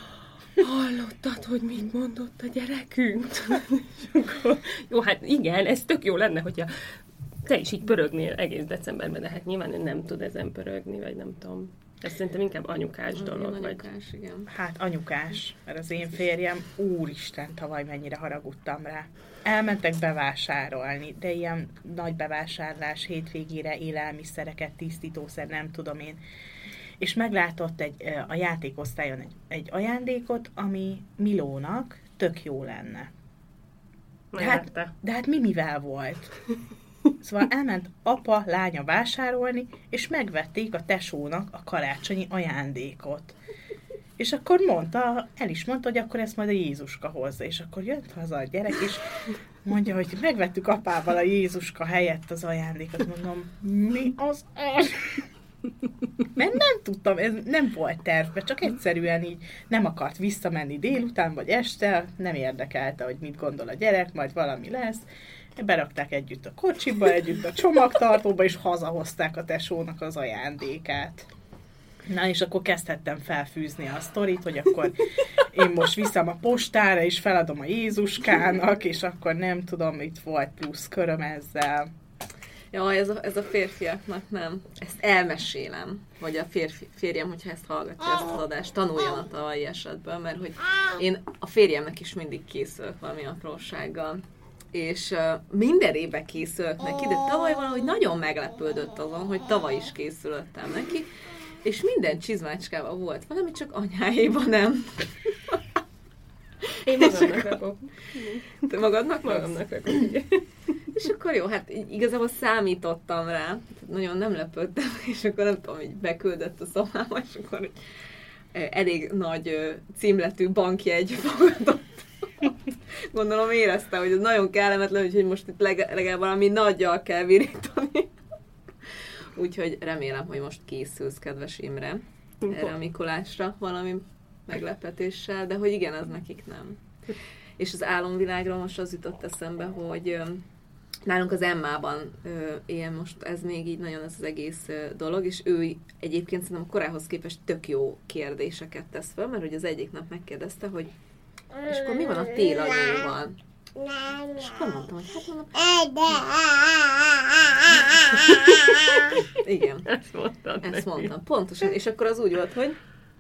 hallottad, hogy mit mondott a gyerekünk? Akkor, jó, hát igen, ez tök jó lenne, hogyha te is így pörögnél egész decemberben, de hát nyilván nem tud ezen pörögni, vagy nem tudom. Ez szerintem inkább anyukás dolog. Anyukás, igen. Hát anyukás, mert az én férjem, úristen, tavaly mennyire haragudtam rá. Elmentek bevásárolni, de ilyen nagy bevásárlás hétvégére, élelmiszereket, tisztítószer, nem tudom én. És meglátott a játékosztályon egy ajándékot, ami Milónak tök jó lenne. De hát mivel volt? Szóval elment apa, lánya vásárolni, és megvették a tesónak a karácsonyi ajándékot. És akkor el is mondta, hogy akkor ezt majd a Jézuska hozza. És akkor jött haza a gyerek, és mondja, hogy megvettük apával a Jézuska helyett az ajándékot. Mondom, mi az? Mert nem tudtam, ez nem volt tervben, csak egyszerűen így nem akart visszamenni délután vagy este, nem érdekelte, hogy mit gondol a gyerek, majd valami lesz. Berakták együtt a kocsiba, együtt a csomagtartóba, és hazahozták a tesónak az ajándékát. Na, és akkor kezdhettem felfűzni a sztorit, hogy akkor én most viszem a postára, és feladom a Jézuskának, és akkor nem tudom, itt volt plusz köröm ezzel. Ja, ez a férfiaknak nem. Ezt elmesélem, vagy a férjem, hogyha ezt hallgatja, ezt az adást, tanuljon a tavalyi esetből, mert hogy én a férjemnek is mindig készülök valami aprósággal. És minden évben készülök neki, de tavaly valahogy nagyon meglepődött azon, hogy tavaly is készülöttem neki, és minden csizmácskában volt valami, csak anyáéban nem. Én magamnak rakok. Te magadnak? Magamnak rakok, igen. És akkor jó, hát igazából számítottam rá, nagyon nem lepődtem, és akkor nem tudom, így beküldött a szobába, és akkor elég nagy címletű bankjegy fogadott. Gondolom érezte, hogy ez nagyon kellemetlen, úgyhogy most itt legalább valami nagyjal kell virítani. Úgyhogy remélem, hogy most készülsz, kedves Imre, erre a Mikulásra valami meglepetéssel, de hogy igen, az nekik nem. És az álomvilágról most az jutott eszembe, hogy nálunk az Emmában ilyen most ez még így nagyon ez az egész dolog, és ő egyébként szerintem a korához képest tök jó kérdéseket tesz fel, mert hogy az egyik nap megkérdezte, hogy és akkor mi van a télanyóval? És akkor mondtam, hogy hát mondom... Igen. Ezt mondtam. Pontosan. És akkor az úgy volt, hogy...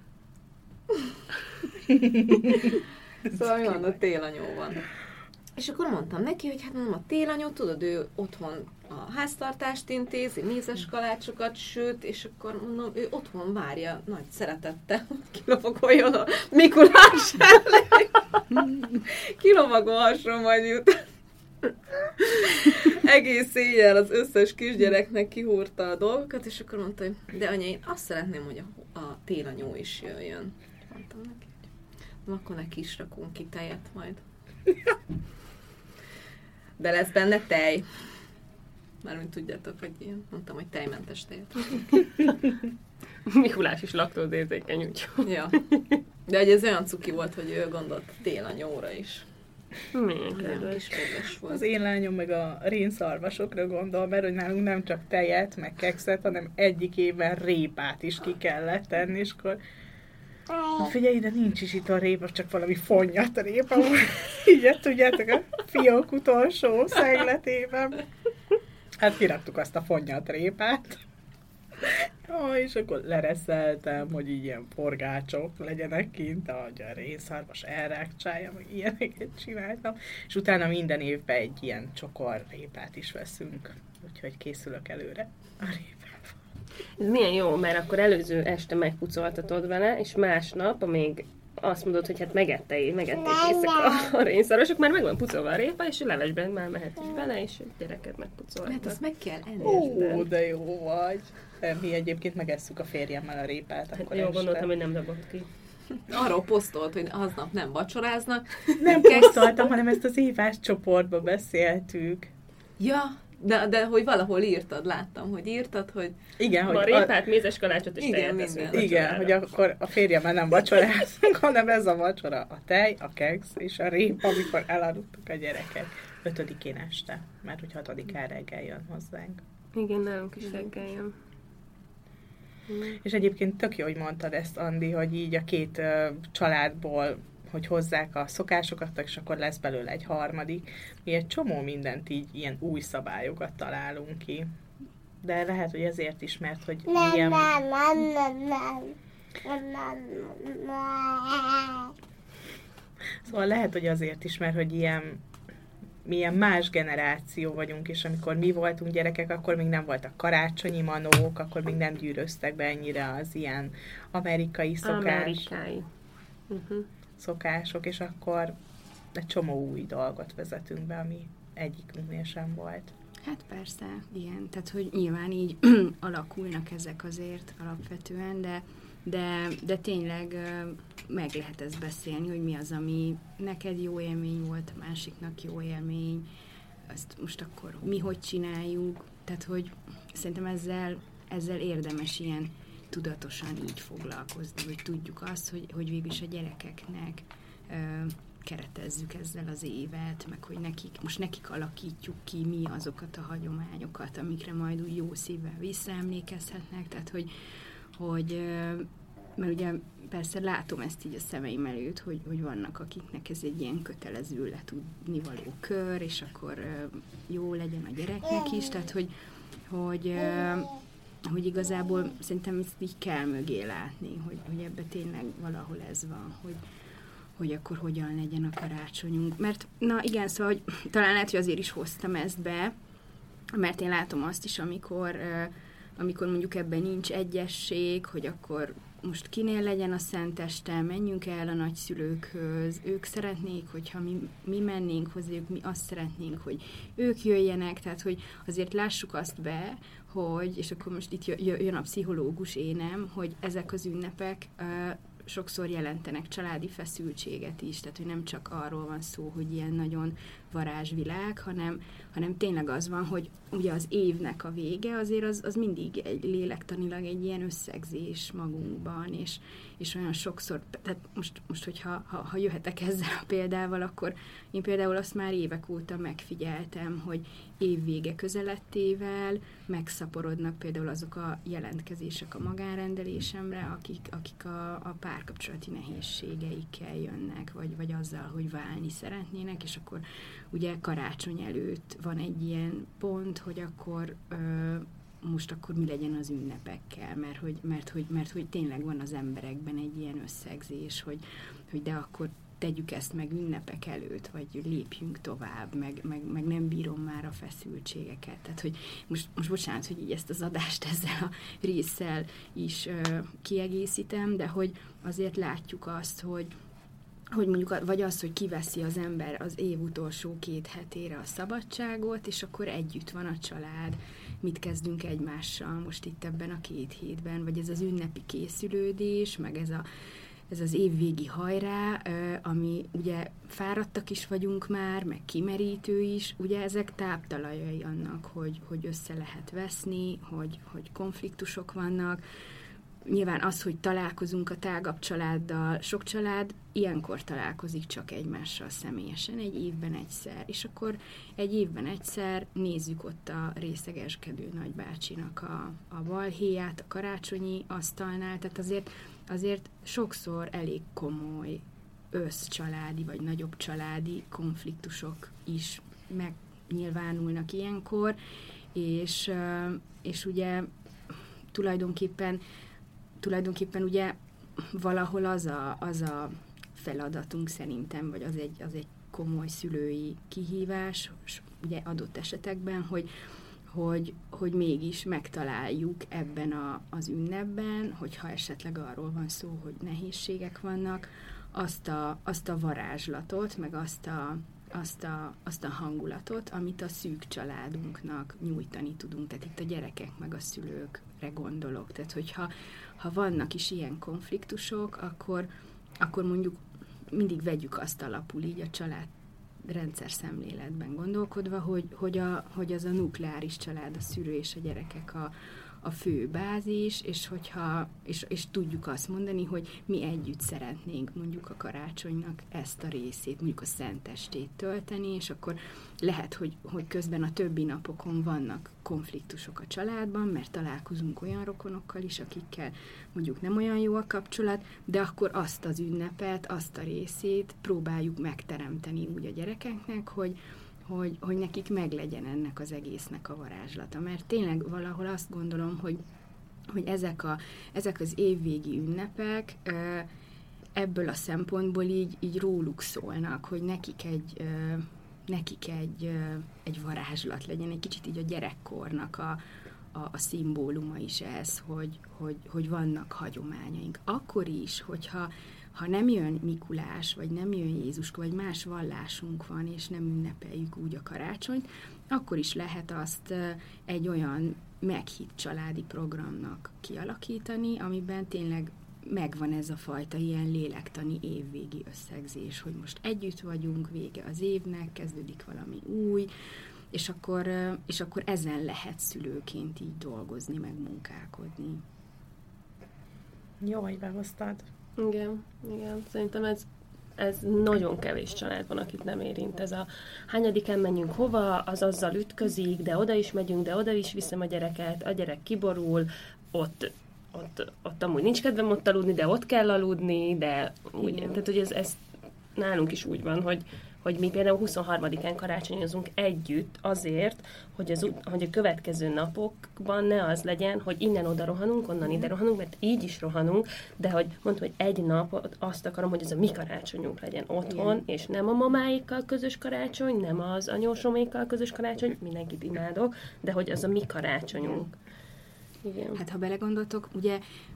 Szóval mi van a télanyóval? És akkor mondtam neki, hogy hát mondom, a télanyó, tudod, ő otthon a háztartást intézi, mézes kalácsokat süt, és akkor mondom, ő otthon várja nagy szeretettel, hogy kilovagoljon a Mikulás ellen. Kilovagolhasson majd miután. Egész éjjel az összes kisgyereknek kihúrta a dolgokat, és akkor mondta, hogy de anya, én azt szeretném, hogy a télanyó is jöjjön. Mondtam neki, hogy akkor neki is rakunk ki tejet majd. De lesz benne tej. Mármint tudjátok, hogy ilyen. Mondtam, hogy tejmentes tejet. Mikulás is laktózérzékeny, úgyhogy. Ja. De hogy ez olyan cuki volt, hogy ő gondolt télanyóra is. Milyen kedves. Volt. Az én lányom meg a rénszarvasokra gondol, mert hogy nálunk nem csak tejet, meg kekszet, hanem egyik évben répát is ki kellett tenni, és akkor figyelj, de nincs is itt a répa, csak valami fonnyat a répa. Így tudjátok, a fiók utolsó szegletében. Hát kiraktuk azt a fonnyat répát. És akkor lereszeltem, hogy így ilyen forgácsok legyenek kint, ahogy a rénszarvas elrákcsálja, meg ilyeneket csináltam. És utána minden évben egy ilyen csokor répát is veszünk. Úgyhogy készülök előre a répával. Ez milyen jó, mert akkor előző este megpucoltatod vele, és másnap, amíg azt mondod, hogy hát megették éjszaka a rénszarvasok, már meg van pucolva a répa, és a levesben már mehet is bele, és a gyereket megpucolta. Mert azt meg kell enni. Ó, de jó vagy. Mi egyébként megesszük a férjemmel a répát. Akkor jó, gondoltam, hogy nem dobott ki. Arról posztolt, hogy aznap nem vacsoráznak. Nem posztoltam, hanem ezt az évás csoportba beszéltük. Ja, de hogy valahol írtad, láttam, hogy írtad, hogy... Igen, hogy a répát, mézes kalácsot és tejet minden. Igen, hogy akkor a férjemmel nem vacsorázunk, hanem ez a vacsora, a tej, a keksz és a répa, amikor elaludtak a gyerekek. 5-én este, mert hogy 6-án reggel jön hozzánk. Igen, nálunk is reggel jön. És egyébként tök jó, hogy mondtad ezt, Andi, hogy így a két családból, hogy hozzák a szokásokat, és akkor lesz belőle egy harmadik. Mi egy csomó mindent így, ilyen új szabályokat találunk ki. De lehet, hogy ezért is, mert hogy milyen... Szóval lehet, hogy azért is, mert hogy milyen más generáció vagyunk, és amikor mi voltunk gyerekek, akkor még nem voltak karácsonyi manók, akkor még nem gyűröztek be ennyire az ilyen amerikai szokások, és akkor egy csomó új dolgot vezetünk be, ami egyikünknél sem volt. Hát persze, igen. Tehát, hogy nyilván így alakulnak ezek azért alapvetően, de tényleg meg lehet ezt beszélni, hogy mi az, ami neked jó élmény volt, a másiknak jó élmény, azt most akkor mi hogy csináljuk, tehát, hogy szerintem ezzel érdemes ilyen tudatosan így foglalkozni, hogy tudjuk azt, hogy végül is a gyerekeknek keretezzük ezzel az évet, meg hogy nekik alakítjuk ki mi azokat a hagyományokat, amikre majd úgy jó szívvel visszaemlékezhetnek, tehát hogy mert ugye persze látom ezt így a szemeim előtt, hogy vannak akiknek ez egy ilyen kötelező letudnivaló kör, és akkor jó legyen a gyereknek is, tehát hogy igazából szerintem ezt így kell mögé látni, hogy ebbe tényleg valahol ez van, hogy akkor hogyan legyen a karácsonyunk. Mert, na igen, szóval, hogy talán lehet, hogy azért is hoztam ezt be, mert én látom azt is, amikor mondjuk ebben nincs egyesség, hogy akkor most kinél legyen a szenteste, menjünk el a nagyszülőkhöz, ők szeretnék, hogyha mi mennénk hozzájuk, mi azt szeretnénk, hogy ők jöjjenek, tehát hogy azért lássuk azt be, hogy, és akkor most itt jön a pszichológus énem, hogy ezek az ünnepek sokszor jelentenek családi feszültséget is, tehát hogy nem csak arról van szó, hogy ilyen nagyon varázsvilág, hanem tényleg az van, hogy ugye az évnek a vége azért az mindig egy lélektanilag egy ilyen összegzés magunkban, és olyan sokszor, tehát most hogyha jöhetek ezzel a példával, akkor én például azt már évek óta megfigyeltem, hogy évvége közelettével megszaporodnak például azok a jelentkezések a magánrendelésemre, akik a párkapcsolati nehézségeikkel jönnek, vagy azzal, hogy válni szeretnének, és akkor ugye karácsony előtt van egy ilyen pont, hogy akkor most akkor mi legyen az ünnepekkel, mert hogy tényleg van az emberekben egy ilyen összegzés, hogy de akkor tegyük ezt meg ünnepek előtt, vagy lépjünk tovább, meg nem bírom már a feszültségeket. Tehát, hogy most bocsánat, hogy így ezt az adást ezzel a résszel is kiegészítem, de hogy azért látjuk azt, hogy mondjuk, vagy az, hogy kiveszi az ember az év utolsó 2 hetére a szabadságot, és akkor együtt van a család, mit kezdünk egymással most itt ebben a 2 hétben, vagy ez az ünnepi készülődés, meg ez az évvégi hajrá, ami ugye fáradtak is vagyunk már, meg kimerítő is, ugye ezek táptalajai annak, hogy össze lehet veszni, hogy konfliktusok vannak, nyilván az, hogy találkozunk a tágabb családdal, sok család ilyenkor találkozik csak egymással személyesen, egy évben egyszer. És akkor egy évben egyszer nézzük ott a részegeskedő nagybácsinak a balhéját, a karácsonyi asztalnál. Tehát azért sokszor elég komoly összcsaládi vagy nagyobb családi konfliktusok is megnyilvánulnak ilyenkor, és ugye tulajdonképpen ugye valahol az a feladatunk szerintem, vagy az egy komoly szülői kihívás, ugye adott esetekben, hogy mégis megtaláljuk ebben az ünnepben, hogyha esetleg arról van szó, hogy nehézségek vannak, azt a varázslatot, meg azt a hangulatot, amit a szűk családunknak nyújtani tudunk. Tehát itt a gyerekek meg a szülőkre gondolok. Tehát, hogyha vannak is ilyen konfliktusok, akkor mondjuk mindig vegyük azt alapul így a család rendszer szemléletben gondolkodva, hogy az a nukleáris család, a szülő és a gyerekek a fő bázis, és tudjuk azt mondani, hogy mi együtt szeretnénk mondjuk a karácsonynak ezt a részét, mondjuk a szentestét tölteni, és akkor lehet, hogy közben a többi napokon vannak konfliktusok a családban, mert találkozunk olyan rokonokkal is, akikkel mondjuk nem olyan jó a kapcsolat, de akkor azt az ünnepet, azt a részét próbáljuk megteremteni úgy a gyerekeknek, hogy nekik meglegyen ennek az egésznek a varázslata. Mert tényleg valahol azt gondolom, hogy ezek az évvégi ünnepek ebből a szempontból így róluk szólnak, hogy nekik egy varázslat legyen, egy kicsit így a gyerekkornak a szimbóluma is ez, hogy vannak hagyományaink. Akkor is, hogyha nem jön Mikulás, vagy nem jön Jézuska, vagy más vallásunk van, és nem ünnepeljük úgy a karácsonyt, akkor is lehet azt egy olyan meghitt családi programnak kialakítani, amiben tényleg megvan ez a fajta ilyen lélektani évvégi összegzés, hogy most együtt vagyunk, vége az évnek, kezdődik valami új, és akkor ezen lehet szülőként így dolgozni, meg munkálkodni. Jó, hogy behoztad. Igen. Szerintem ez nagyon kevés család van, akit nem érint. Ez a hányadikán menjünk hova, az azzal ütközik, de oda is megyünk, de oda is viszem a gyereket, a gyerek kiborul, ott amúgy nincs kedvem ott aludni, de ott kell aludni, de úgy, tehát hogy ez nálunk is úgy van, hogy mi például 23-án karácsonyozunk együtt azért, hogy a következő napokban ne az legyen, hogy innen oda rohanunk, onnan ide rohanunk, mert így is rohanunk, de hogy mondtam, hogy egy nap azt akarom, hogy ez a mi karácsonyunk legyen otthon, igen. És nem a mamáikkal közös karácsony, nem az anyósomékkal közös karácsony, mindenkit imádok, de hogy az a mi karácsonyunk. Igen. Hát ha belegondoltok, ugye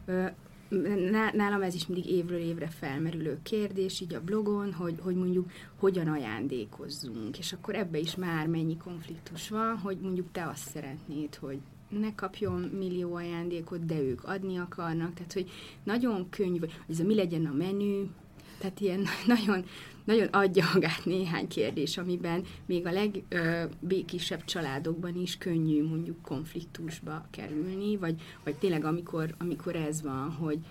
nálam ez is mindig évről évre felmerülő kérdés, így a blogon, hogy mondjuk hogyan ajándékozzunk, és akkor ebbe is már mennyi konfliktus van, hogy mondjuk te azt szeretnéd, hogy ne kapjon millió ajándékot, de ők adni akarnak, tehát hogy nagyon könnyű, hogy ez a mi legyen a menü, tehát ilyen nagyon, nagyon adja magát néhány kérdés, amiben még a legbékésebb családokban is könnyű mondjuk konfliktusba kerülni, vagy tényleg amikor ez van,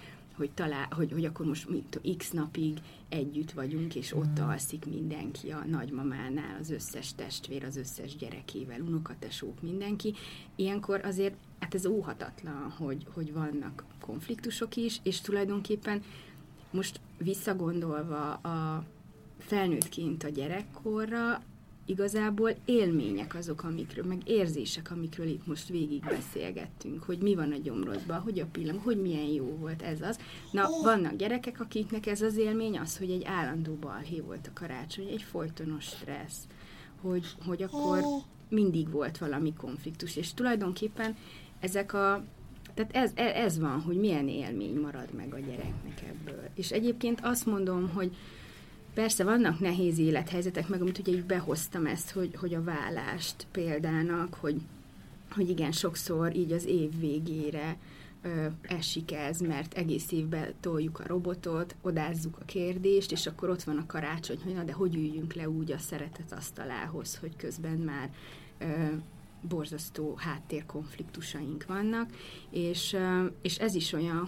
hogy akkor most x napig együtt vagyunk, és ott alszik mindenki a nagymamánál, az összes testvér, az összes gyerekével, unokatesók, mindenki. Ilyenkor azért, hát ez óhatatlan, hogy vannak konfliktusok is, és tulajdonképpen most visszagondolva a felnőttként a gyerekkorra, igazából élmények azok, meg érzések, amikről itt most végig beszélgettünk, hogy mi van a gyomrodban, hogy a pillanat, hogy milyen jó volt ez az. Na, vannak gyerekek, akiknek ez az élmény az, hogy egy állandó balhé volt a karácsony, egy folytonos stressz, hogy akkor mindig volt valami konfliktus, és tulajdonképpen tehát ez van, hogy milyen élmény marad meg a gyereknek ebből. És egyébként azt mondom, hogy persze vannak nehéz élethelyzetek, meg amit ugye így behoztam ezt, hogy a vállást példának, hogy igen, sokszor így az év végére esik ez, mert egész évben toljuk a robotot, odázzuk a kérdést, és akkor ott van a karácsony, hogy na de hogy üljünk le úgy a szeretet asztalához, hogy közben már borzasztó háttérkonfliktusaink vannak, és ez is olyan,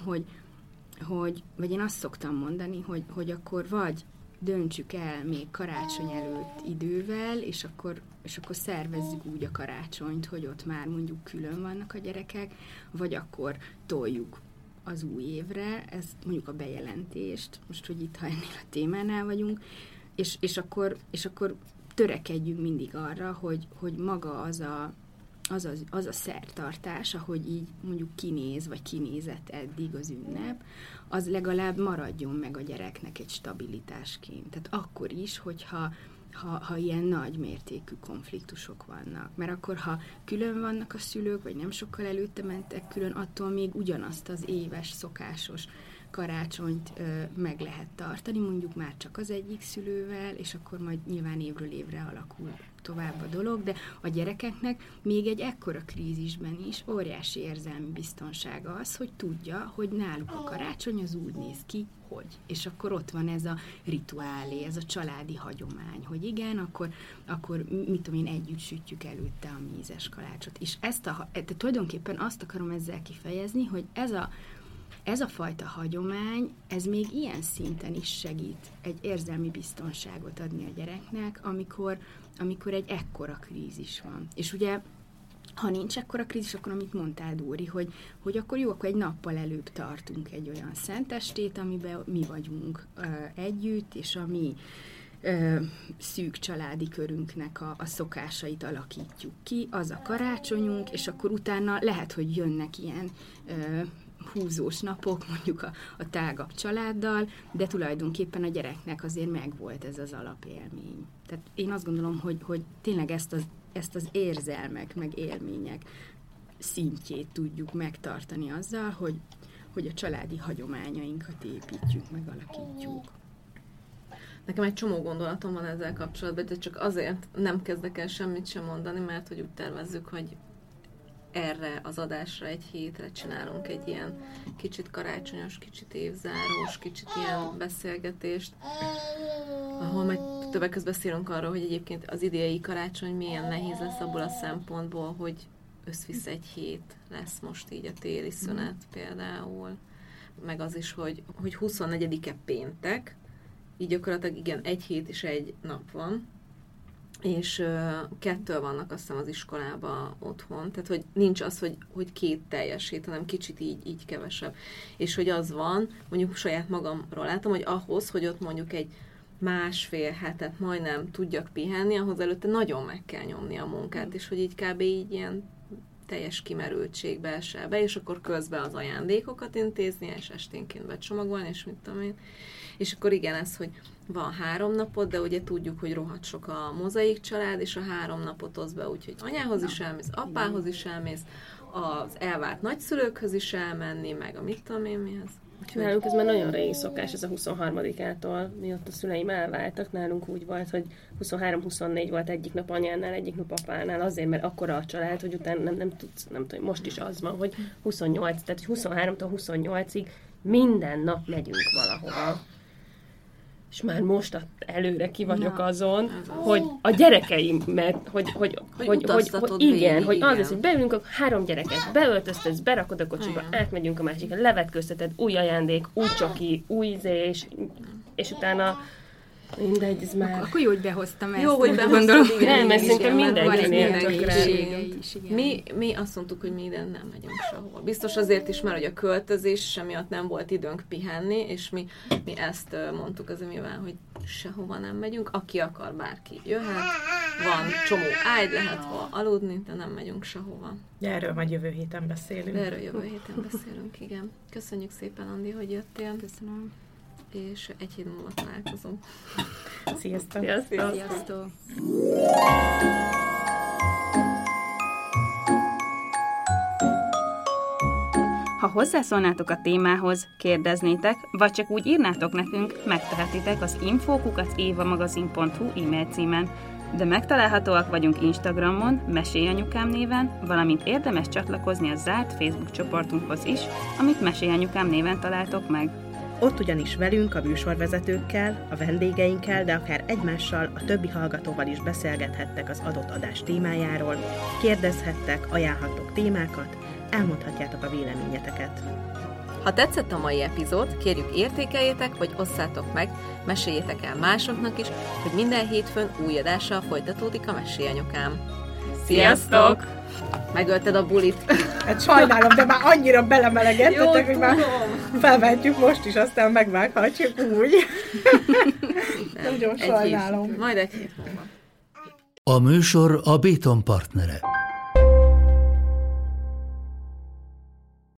vagy én azt szoktam mondani, hogy akkor vagy döntsük el még karácsony előtt idővel, és akkor szervezzük úgy a karácsonyt, hogy ott már mondjuk külön vannak a gyerekek, vagy akkor toljuk az új évre, ez mondjuk a bejelentést, most, hogy itt, ha ennél a témánál vagyunk, és akkor törekedjünk mindig arra, hogy maga az a szertartás, ahogy így mondjuk kinéz, vagy kinézett eddig az ünnep, az legalább maradjon meg a gyereknek egy stabilitásként. Tehát akkor is, hogyha ilyen nagy mértékű konfliktusok vannak. Mert akkor, ha külön vannak a szülők, vagy nem sokkal előtte mentek külön, attól még ugyanazt az éves, szokásos karácsonyt meg lehet tartani, mondjuk már csak az egyik szülővel, és akkor majd nyilván évről évre alakul tovább a dolog, de a gyerekeknek még egy ekkora krízisben is óriási érzelmi biztonsága az, hogy tudja, hogy náluk a karácsony az úgy néz ki, hogy. És akkor ott van ez a rituálé, ez a családi hagyomány, hogy igen, akkor mit tudom én, együtt sütjük előtte a mézes kalácsot. És tulajdonképpen azt akarom ezzel kifejezni, hogy ez a fajta hagyomány, ez még ilyen szinten is segít egy érzelmi biztonságot adni a gyereknek, amikor egy ekkora krízis van. És ugye, ha nincs ekkora krízis, akkor amit mondtál, Dóri, hogy akkor jó, akkor egy nappal előbb tartunk egy olyan szentestét, amiben mi vagyunk együtt, és a mi szűk családi körünknek a szokásait alakítjuk ki, az a karácsonyunk, és akkor utána lehet, hogy jönnek ilyen húzós napok, mondjuk a tágabb családdal, de tulajdonképpen a gyereknek azért megvolt ez az alapélmény. Tehát én azt gondolom, hogy tényleg ezt az érzelmek, meg élmények szintjét tudjuk megtartani azzal, hogy a családi hagyományainkat építjük, meg alakítjuk. Nekem egy csomó gondolatom van ezzel kapcsolatban, de csak azért nem kezdek el semmit sem mondani, mert hogy úgy tervezzük, hogy erre az adásra egy hétre csinálunk egy ilyen kicsit karácsonyos, kicsit évzárós, kicsit ilyen beszélgetést, ahol majd többek között beszélünk arról, hogy egyébként az idei karácsony milyen nehéz lesz abból a szempontból, hogy összvisz egy hét lesz most így a téli szünet például, meg az is, hogy 24-e péntek, így gyakorlatilag igen, egy hét és egy nap van, és 2 vannak azt hiszem az iskolában otthon, tehát hogy nincs az, hogy 2 teljes hét, hanem kicsit így kevesebb. És hogy az van, mondjuk saját magamról látom, hogy ahhoz, hogy ott mondjuk egy 1,5 hetet majdnem tudjak pihenni, ahhoz előtte nagyon meg kell nyomni a munkát, és hogy így kb. Így ilyen teljes kimerültségbe esel be, és akkor közben az ajándékokat intézni, és esténként becsomagolni, és mit tudom én. És akkor igen, ez, hogy van 3 napod, de ugye tudjuk, hogy rohadt sok a mozaik család, és a 3 napot osz be, úgyhogy anyához is elmész, apához is elmész, az elvárt nagyszülőkhöz is elmenni, meg a mit tudom én mihez. Nálunk ez már nagyon régi szokás, ez a 23-ától, miatt a szüleim elváltak, nálunk úgy volt, hogy 23-24 volt egyik nap anyánál, egyik nap apánál, azért, mert akkora a család, hogy utána nem tudsz, nem tudom, most is az van, hogy 28, tehát 23-tól 28-ig minden nap megyünk valahova. És már most előre ki vagyok azon, hogy a gyerekeimet, hogy igen, hogy az lesz, hogy beülünk, a 3 gyereket beöltöztetsz, berakod a kocsiba, átmegyünk a másikra, levetközteted, új ajándék, új csoki, új ízés, és utána mindegy, ez már... Akkor jó, hogy behoztam ezt. Jó, hogy behoztam, nem, mert szerintem mindenkinél tökre. Mi azt mondtuk, hogy mi ide nem megyünk sehova. Biztos azért is, mert hogy a költözés miatt nem volt időnk pihenni, és mi ezt mondtuk az mivel, hogy sehova nem megyünk. Aki akar, bárki jöhet. Van csomó ágy, lehet hol aludni, de nem megyünk sehova. Ja, erről majd jövő héten beszélünk. Erről jövő héten beszélünk, igen. Köszönjük szépen, Andi, hogy jöttél. Köszönöm. És egy hét múlva találkozunk. Sziasztok! Sziasztok! Ha hozzászólnátok a témához, kérdeznétek, vagy csak úgy írnátok nekünk, megtehetitek az info@évamagazin.hu e-mail címen. De megtalálhatóak vagyunk Instagramon, Mesélyanyukám néven, valamint érdemes csatlakozni a zárt Facebook csoportunkhoz is, amit Mesélyanyukám néven találtok meg. Ott ugyanis velünk, a műsorvezetőkkel, a vendégeinkkel, de akár egymással, a többi hallgatóval is beszélgethettek az adott adás témájáról, kérdezhettek, ajánlhattok témákat, elmondhatjátok a véleményeteket. Ha tetszett a mai epizód, kérjük értékeljétek, vagy osszátok meg, meséljétek el másoknak is, hogy minden hétfőn új adással folytatódik a Mesélyanyokám. Sziasztok! Megölted a bulit. Hát sajnálom, de már annyira belemelegettetek, hogy már felvehetjük most is, aztán megvághatjuk úgy. Nagyon sajnálom. Majd egy hét múlva. A műsor a Béton partnere.